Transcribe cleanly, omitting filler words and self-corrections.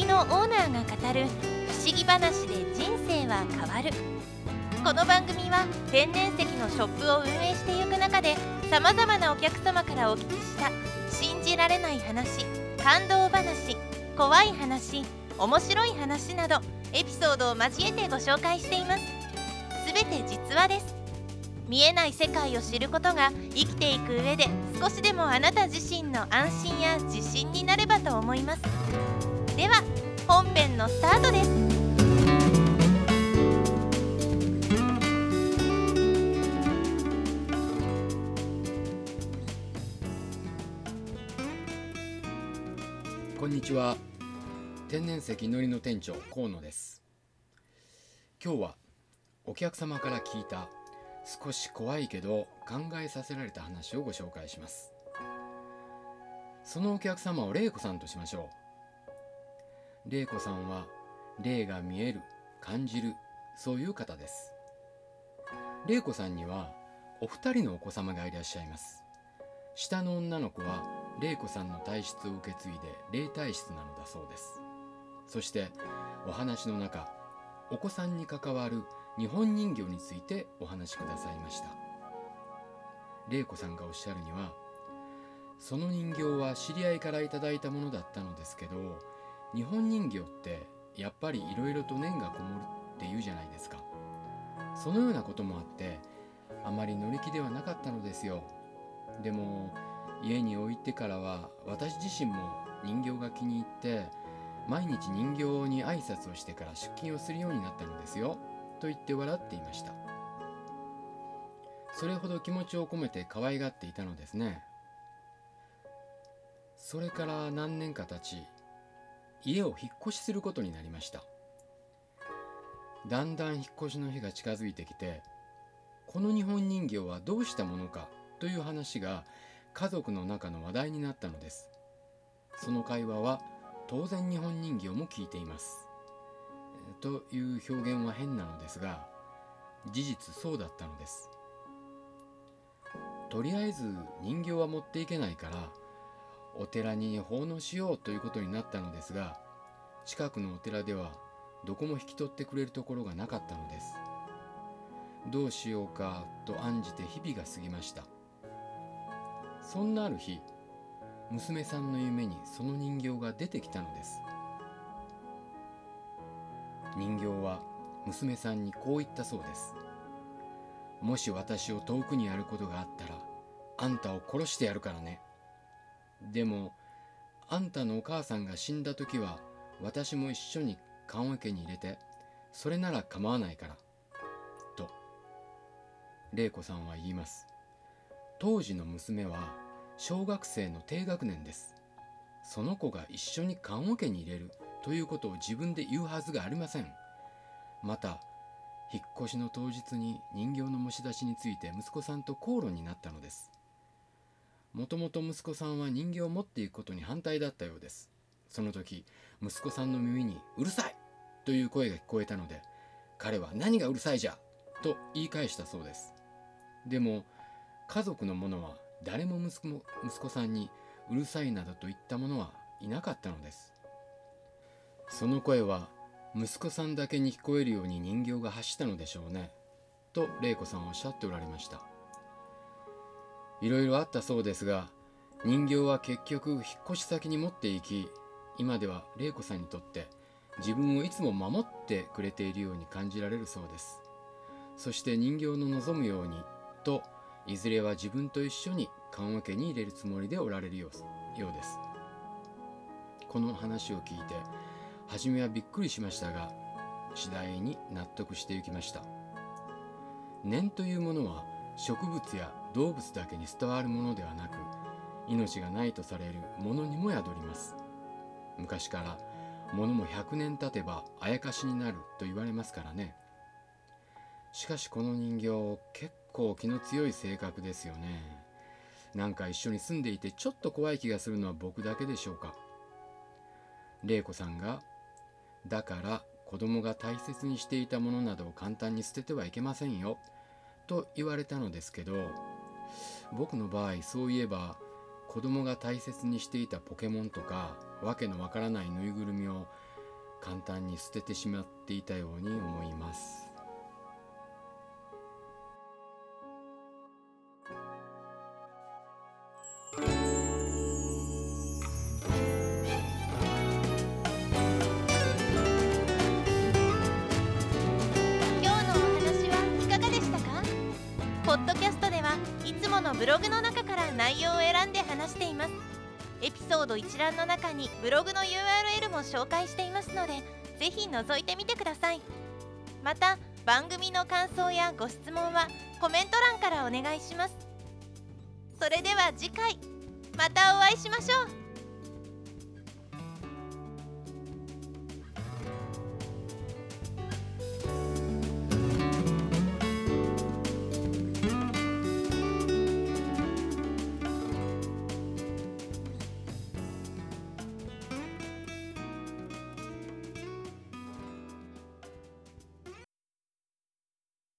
りのオーナーが語る不思議話で人生は変わる。この番組は天然石のショップを運営していく中で、さまざまなお客様からお聞きした信じられない話、感動話、怖い話、面白い話などエピソードを交えてご紹介しています。すべて実話です。見えない世界を知ることが生きていく上で少しでもあなた自身の安心や自信になればと思います。では本編のスタートです。 こんにちは。天然石のりの店長河野です。今日はお客様から聞いた少し怖いけど考えさせられた話をご紹介します。そのお客様を玲子さんとしましょう。玲子さんは霊が見える、感じる、そういう方です。玲子さんにはお二人のお子様がいらっしゃいます。下の女の子は玲子さんの体質を受け継いで霊体質なのだそうです。そしてお話の中、お子さんに関わる日本人形についてお話しくださいました。玲子さんがおっしゃるには、その人形は知り合いからいただいたものだったのですけど、日本人形ってやっぱりいろいろと念がこもるって言うじゃないですか。そのようなこともあってあまり乗り気ではなかったのですよ。でも家に置いてからは私自身も人形が気に入って毎日人形に挨拶をしてから出勤をするようになったのですよ、と言って笑っていました。それほど気持ちを込めて可愛がっていたのですね。それから何年か経ち、家を引っ越しすることになりました。だんだん引っ越しの日が近づいてきて、この日本人形はどうしたものかという話が家族の中の話題になったのです。その会話は当然日本人形も聞いています。という表現は変なのですが、事実そうだったのです。とりあえず人形は持っていけないからお寺に奉納しようということになったのですが、近くのお寺ではどこも引き取ってくれるところがなかったのです。どうしようかと案じて日々が過ぎました。そんなある日、娘さんの夢にその人形が出てきたのです。人形は娘さんにこう言ったそうです。もし私を遠くにやることがあったら、あんたを殺してやるからね。でもあんたのお母さんが死んだ時は私も一緒に棺桶に入れて、それなら構わないからと玲子さんは言います。当時の娘は小学生の低学年です。その子が一緒に棺桶に入れるということを自分で言うはずがありません。また引っ越しの当日に人形の持ち出しについて息子さんと口論になったのです。もともと息子さんは人形を持っていくことに反対だったようです。その時息子さんの耳にうるさいという声が聞こえたので、彼は何がうるさいじゃと言い返したそうです。でも家族の者は誰も息子さんにうるさいなどと言った者はいなかったのです。その声は息子さんだけに聞こえるように人形が走ったのでしょうね、と玲子さんはおっしゃっておられました。いろいろあったそうですが、人形は結局引っ越し先に持っていき、今では玲子さんにとって自分をいつも守ってくれているように感じられるそうです。そして人形の望むようにと、いずれは自分と一緒に棺桶に入れるつもりでおられるようです。この話を聞いて初めはびっくりしましたが、次第に納得していきました。念というものは植物や動物だけに伝わるものではなく、命がないとされるものにも宿ります。昔から物も100年経てばあやかしになると言われますからね。しかしこの人形、結構気の強い性格ですよね。なんか一緒に住んでいてちょっと怖い気がするのは僕だけでしょうか。玲子さんが、だから子供が大切にしていたものなどを簡単に捨ててはいけませんよと言われたのですけど、僕の場合そういえば子供が大切にしていたポケモンとかわけのわからないぬいぐるみを簡単に捨ててしまっていたように思います。 ポッドキャストではいつものブログの中から内容を選んで話しています。エピソード一覧の中にブログの URL も紹介していますので、ぜひ覗いてみてください。また番組の感想やご質問はコメント欄からお願いします。それでは次回またお会いしましょう。